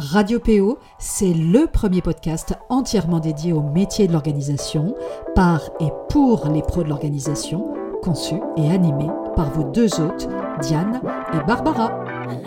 Radio PO, c'est le premier podcast entièrement dédié au métier de l'organisation, par et pour les pros de l'organisation, conçu et animé par vos deux hôtes, Diane et Barbara.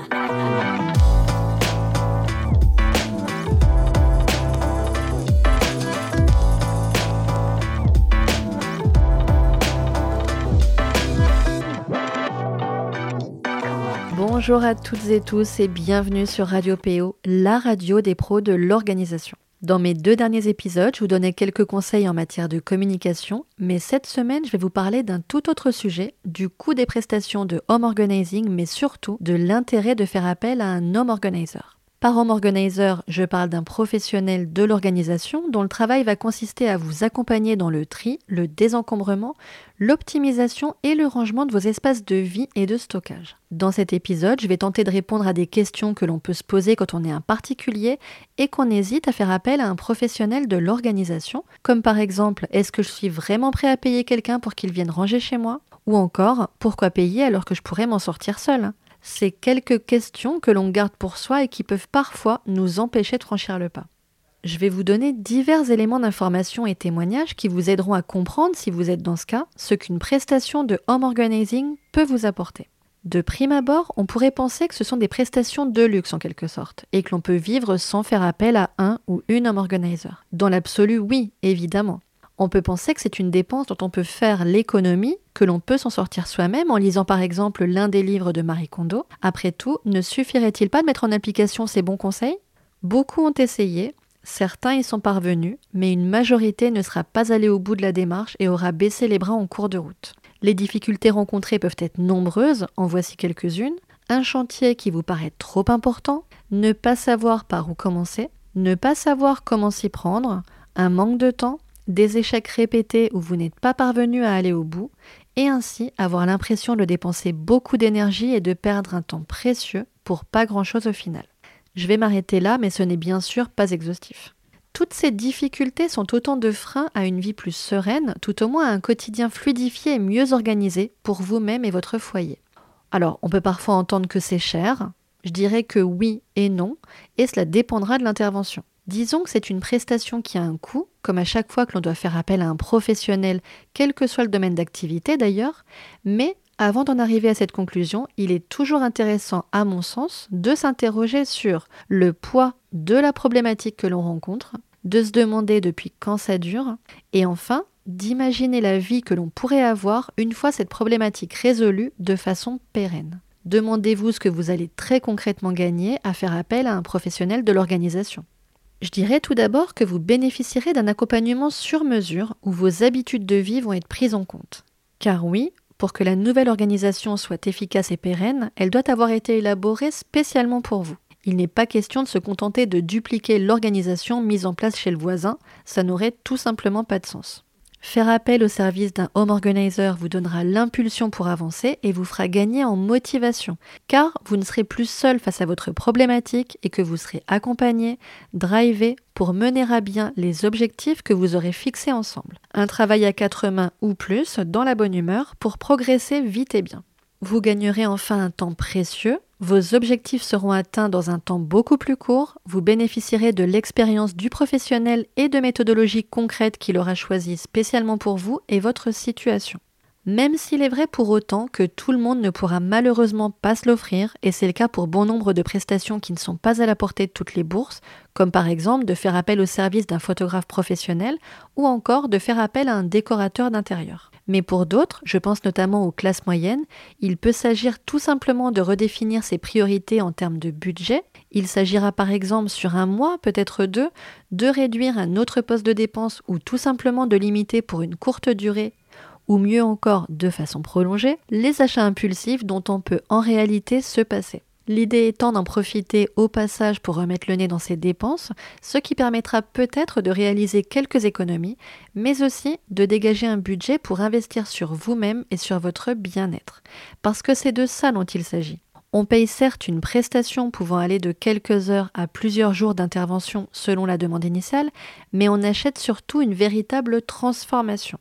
Bonjour à toutes et tous et bienvenue sur Radio PO, la radio des pros de l'organisation. Dans mes 2 derniers épisodes, je vous donnais quelques conseils en matière de communication, mais cette semaine, je vais vous parler d'un tout autre sujet, du coût des prestations de home organizing, mais surtout de l'intérêt de faire appel à un home organizer. Par home organizer, je parle d'un professionnel de l'organisation dont le travail va consister à vous accompagner dans le tri, le désencombrement, l'optimisation et le rangement de vos espaces de vie et de stockage. Dans cet épisode, je vais tenter de répondre à des questions que l'on peut se poser quand on est un particulier et qu'on hésite à faire appel à un professionnel de l'organisation, comme par exemple, est-ce que je suis vraiment prêt à payer quelqu'un pour qu'il vienne ranger chez moi ? Ou encore, pourquoi payer alors que je pourrais m'en sortir seul ? C'est quelques questions que l'on garde pour soi et qui peuvent parfois nous empêcher de franchir le pas. Je vais vous donner divers éléments d'information et témoignages qui vous aideront à comprendre, si vous êtes dans ce cas, ce qu'une prestation de home organizing peut vous apporter. De prime abord, on pourrait penser que ce sont des prestations de luxe en quelque sorte, et que l'on peut vivre sans faire appel à un ou une home organizer. Dans l'absolu, oui, évidemment. On peut penser que c'est une dépense dont on peut faire l'économie, que l'on peut s'en sortir soi-même en lisant par exemple l'un des livres de Marie Kondo. Après tout, ne suffirait-il pas de mettre en application ces bons conseils ? Beaucoup ont essayé, certains y sont parvenus, mais une majorité ne sera pas allée au bout de la démarche et aura baissé les bras en cours de route. Les difficultés rencontrées peuvent être nombreuses, en voici quelques-unes. Un chantier qui vous paraît trop important, ne pas savoir par où commencer, ne pas savoir comment s'y prendre, un manque de temps, des échecs répétés où vous n'êtes pas parvenu à aller au bout, et ainsi avoir l'impression de dépenser beaucoup d'énergie et de perdre un temps précieux pour pas grand-chose au final. Je vais m'arrêter là, mais ce n'est bien sûr pas exhaustif. Toutes ces difficultés sont autant de freins à une vie plus sereine, tout au moins à un quotidien fluidifié et mieux organisé pour vous-même et votre foyer. Alors, on peut parfois entendre que c'est cher, je dirais que oui et non, et cela dépendra de l'intervention. Disons que c'est une prestation qui a un coût, comme à chaque fois que l'on doit faire appel à un professionnel, quel que soit le domaine d'activité d'ailleurs, mais avant d'en arriver à cette conclusion, il est toujours intéressant, à mon sens, de s'interroger sur le poids de la problématique que l'on rencontre, de se demander depuis quand ça dure, et enfin, d'imaginer la vie que l'on pourrait avoir une fois cette problématique résolue de façon pérenne. Demandez-vous ce que vous allez très concrètement gagner à faire appel à un professionnel de l'organisation. Je dirais tout d'abord que vous bénéficierez d'un accompagnement sur mesure où vos habitudes de vie vont être prises en compte. Car oui, pour que la nouvelle organisation soit efficace et pérenne, elle doit avoir été élaborée spécialement pour vous. Il n'est pas question de se contenter de dupliquer l'organisation mise en place chez le voisin, ça n'aurait tout simplement pas de sens. Faire appel au service d'un home organizer vous donnera l'impulsion pour avancer et vous fera gagner en motivation, car vous ne serez plus seul face à votre problématique et que vous serez accompagné, drivé pour mener à bien les objectifs que vous aurez fixés ensemble. Un travail à 4 mains ou plus, dans la bonne humeur, pour progresser vite et bien. Vous gagnerez enfin un temps précieux, vos objectifs seront atteints dans un temps beaucoup plus court, vous bénéficierez de l'expérience du professionnel et de méthodologies concrètes qu'il aura choisies spécialement pour vous et votre situation. Même s'il est vrai pour autant que tout le monde ne pourra malheureusement pas se l'offrir, et c'est le cas pour bon nombre de prestations qui ne sont pas à la portée de toutes les bourses, comme par exemple de faire appel au service d'un photographe professionnel ou encore de faire appel à un décorateur d'intérieur. Mais pour d'autres, je pense notamment aux classes moyennes, il peut s'agir tout simplement de redéfinir ses priorités en termes de budget. Il s'agira par exemple sur un mois, peut-être 2, de réduire un autre poste de dépense ou tout simplement de limiter pour une courte durée ou mieux encore de façon prolongée, les achats impulsifs dont on peut en réalité se passer. L'idée étant d'en profiter au passage pour remettre le nez dans ses dépenses, ce qui permettra peut-être de réaliser quelques économies, mais aussi de dégager un budget pour investir sur vous-même et sur votre bien-être. Parce que c'est de ça dont il s'agit. On paye certes une prestation pouvant aller de quelques heures à plusieurs jours d'intervention selon la demande initiale, mais on achète surtout une véritable transformation.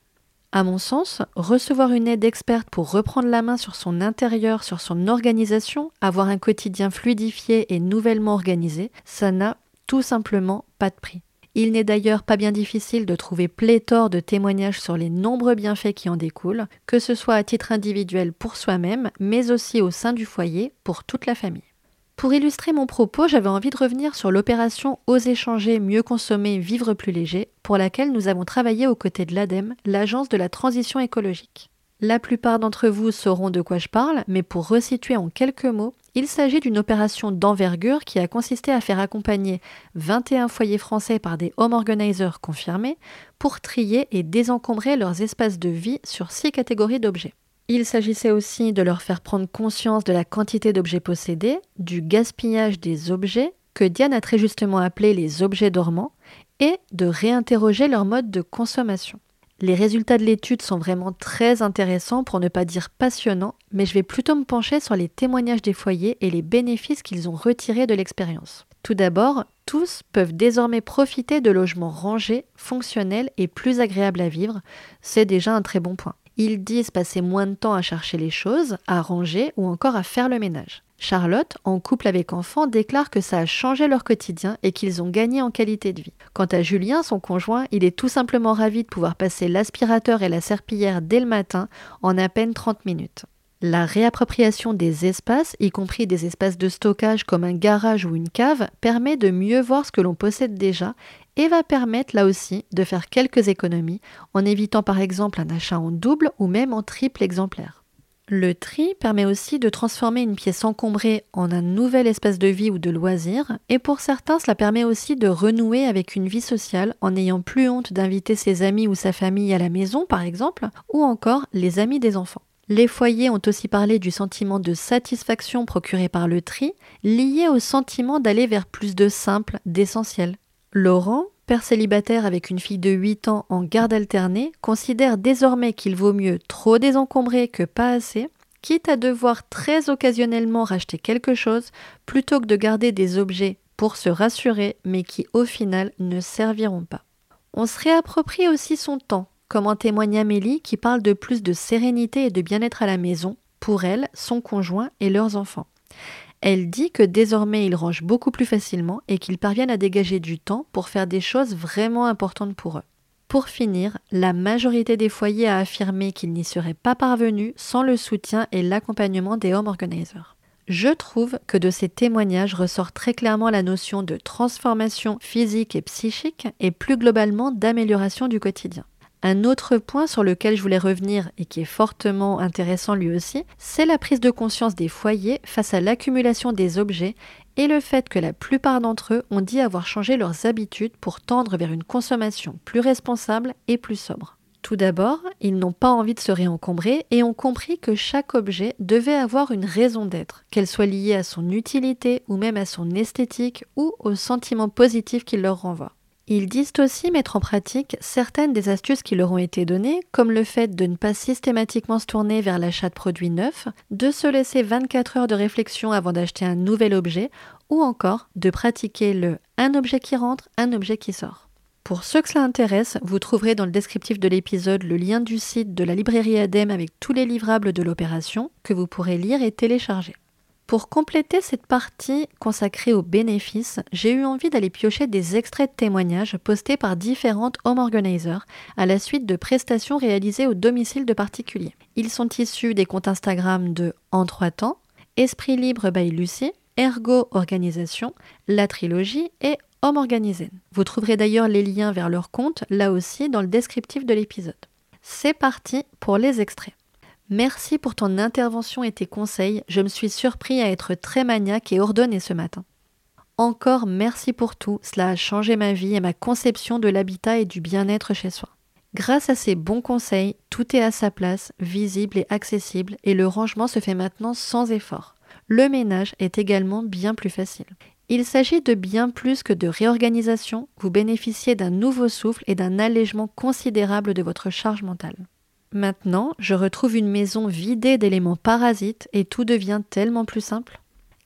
À mon sens, recevoir une aide experte pour reprendre la main sur son intérieur, sur son organisation, avoir un quotidien fluidifié et nouvellement organisé, ça n'a tout simplement pas de prix. Il n'est d'ailleurs pas bien difficile de trouver pléthore de témoignages sur les nombreux bienfaits qui en découlent, que ce soit à titre individuel pour soi-même, mais aussi au sein du foyer pour toute la famille. Pour illustrer mon propos, j'avais envie de revenir sur l'opération Oser changer, mieux consommer, vivre plus léger, pour laquelle nous avons travaillé aux côtés de l'ADEME, l'Agence de la transition écologique. La plupart d'entre vous sauront de quoi je parle, mais pour resituer en quelques mots, il s'agit d'une opération d'envergure qui a consisté à faire accompagner 21 foyers français par des home organizers confirmés pour trier et désencombrer leurs espaces de vie sur 6 catégories d'objets. Il s'agissait aussi de leur faire prendre conscience de la quantité d'objets possédés, du gaspillage des objets, que Diane a très justement appelé les objets dormants, et de réinterroger leur mode de consommation. Les résultats de l'étude sont vraiment très intéressants, pour ne pas dire passionnants, mais je vais plutôt me pencher sur les témoignages des foyers et les bénéfices qu'ils ont retirés de l'expérience. Tout d'abord, tous peuvent désormais profiter de logements rangés, fonctionnels et plus agréables à vivre. C'est déjà un très bon point. Ils disent passer moins de temps à chercher les choses, à ranger ou encore à faire le ménage. Charlotte, en couple avec enfant, déclare que ça a changé leur quotidien et qu'ils ont gagné en qualité de vie. Quant à Julien, son conjoint, il est tout simplement ravi de pouvoir passer l'aspirateur et la serpillière dès le matin en à peine 30 minutes. La réappropriation des espaces, y compris des espaces de stockage comme un garage ou une cave, permet de mieux voir ce que l'on possède déjà et va permettre là aussi de faire quelques économies en évitant par exemple un achat en double ou même en triple exemplaire. Le tri permet aussi de transformer une pièce encombrée en un nouvel espace de vie ou de loisir, et pour certains cela permet aussi de renouer avec une vie sociale en n'ayant plus honte d'inviter ses amis ou sa famille à la maison par exemple, ou encore les amis des enfants. Les foyers ont aussi parlé du sentiment de satisfaction procuré par le tri, lié au sentiment d'aller vers plus de simple, d'essentiel. Laurent, père célibataire avec une fille de 8 ans en garde alternée, considère désormais qu'il vaut mieux trop désencombrer que pas assez, quitte à devoir très occasionnellement racheter quelque chose, plutôt que de garder des objets pour se rassurer, mais qui au final ne serviront pas. On se réapproprie aussi son temps, comme en témoigne Amélie qui parle de plus de sérénité et de bien-être à la maison, pour elle, son conjoint et leurs enfants. Elle dit que désormais ils rangent beaucoup plus facilement et qu'ils parviennent à dégager du temps pour faire des choses vraiment importantes pour eux. Pour finir, la majorité des foyers a affirmé qu'ils n'y seraient pas parvenus sans le soutien et l'accompagnement des home organizers. Je trouve que de ces témoignages ressort très clairement la notion de transformation physique et psychique et plus globalement d'amélioration du quotidien. Un autre point sur lequel je voulais revenir et qui est fortement intéressant lui aussi, c'est la prise de conscience des foyers face à l'accumulation des objets et le fait que la plupart d'entre eux ont dit avoir changé leurs habitudes pour tendre vers une consommation plus responsable et plus sobre. Tout d'abord, ils n'ont pas envie de se réencombrer et ont compris que chaque objet devait avoir une raison d'être, qu'elle soit liée à son utilité ou même à son esthétique ou au sentiment positif qu'il leur renvoie. Ils disent aussi mettre en pratique certaines des astuces qui leur ont été données, comme le fait de ne pas systématiquement se tourner vers l'achat de produits neufs, de se laisser 24 heures de réflexion avant d'acheter un nouvel objet, ou encore de pratiquer le « un objet qui rentre, un objet qui sort ». Pour ceux que cela intéresse, vous trouverez dans le descriptif de l'épisode le lien du site de la librairie ADEME avec tous les livrables de l'opération que vous pourrez lire et télécharger. Pour compléter cette partie consacrée aux bénéfices, j'ai eu envie d'aller piocher des extraits de témoignages postés par différentes home organizers à la suite de prestations réalisées au domicile de particuliers. Ils sont issus des comptes Instagram de En 3 temps, Esprit Libre by Lucie, Ergo Organisation, La Trilogie et Home Organizen. Vous trouverez d'ailleurs les liens vers leurs comptes là aussi dans le descriptif de l'épisode. C'est parti pour les extraits. Merci pour ton intervention et tes conseils, je me suis surpris à être très maniaque et ordonné ce matin. Encore merci pour tout, cela a changé ma vie et ma conception de l'habitat et du bien-être chez soi. Grâce à ces bons conseils, tout est à sa place, visible et accessible et le rangement se fait maintenant sans effort. Le ménage est également bien plus facile. Il s'agit de bien plus que de réorganisation, vous bénéficiez d'un nouveau souffle et d'un allègement considérable de votre charge mentale. Maintenant, je retrouve une maison vidée d'éléments parasites et tout devient tellement plus simple.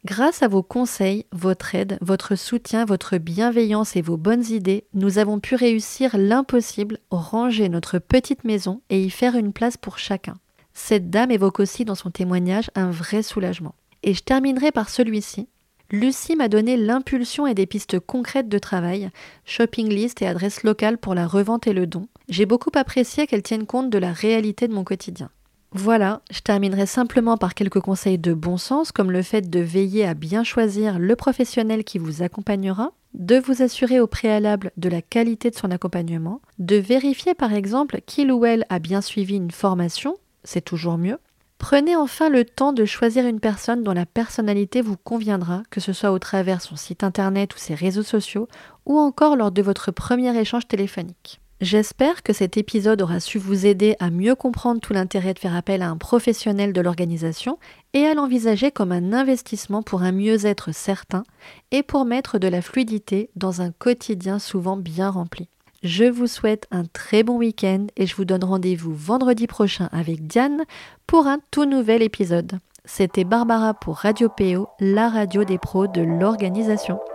Grâce à vos conseils, votre aide, votre soutien, votre bienveillance et vos bonnes idées, nous avons pu réussir l'impossible, ranger notre petite maison et y faire une place pour chacun. Cette dame évoque aussi dans son témoignage un vrai soulagement. Et je terminerai par celui-ci. Lucie m'a donné l'impulsion et des pistes concrètes de travail, shopping list et adresse locale pour la revente et le don. J'ai beaucoup apprécié qu'elle tienne compte de la réalité de mon quotidien. Voilà, je terminerai simplement par quelques conseils de bon sens, comme le fait de veiller à bien choisir le professionnel qui vous accompagnera, de vous assurer au préalable de la qualité de son accompagnement, de vérifier par exemple qu'il ou elle a bien suivi une formation, c'est toujours mieux. Prenez enfin le temps de choisir une personne dont la personnalité vous conviendra, que ce soit au travers son site internet ou ses réseaux sociaux, ou encore lors de votre premier échange téléphonique. J'espère que cet épisode aura su vous aider à mieux comprendre tout l'intérêt de faire appel à un professionnel de l'organisation et à l'envisager comme un investissement pour un mieux-être certain et pour mettre de la fluidité dans un quotidien souvent bien rempli. Je vous souhaite un très bon week-end et je vous donne rendez-vous vendredi prochain avec Diane pour un tout nouvel épisode. C'était Barbara pour Radio PO, la radio des pros de l'organisation.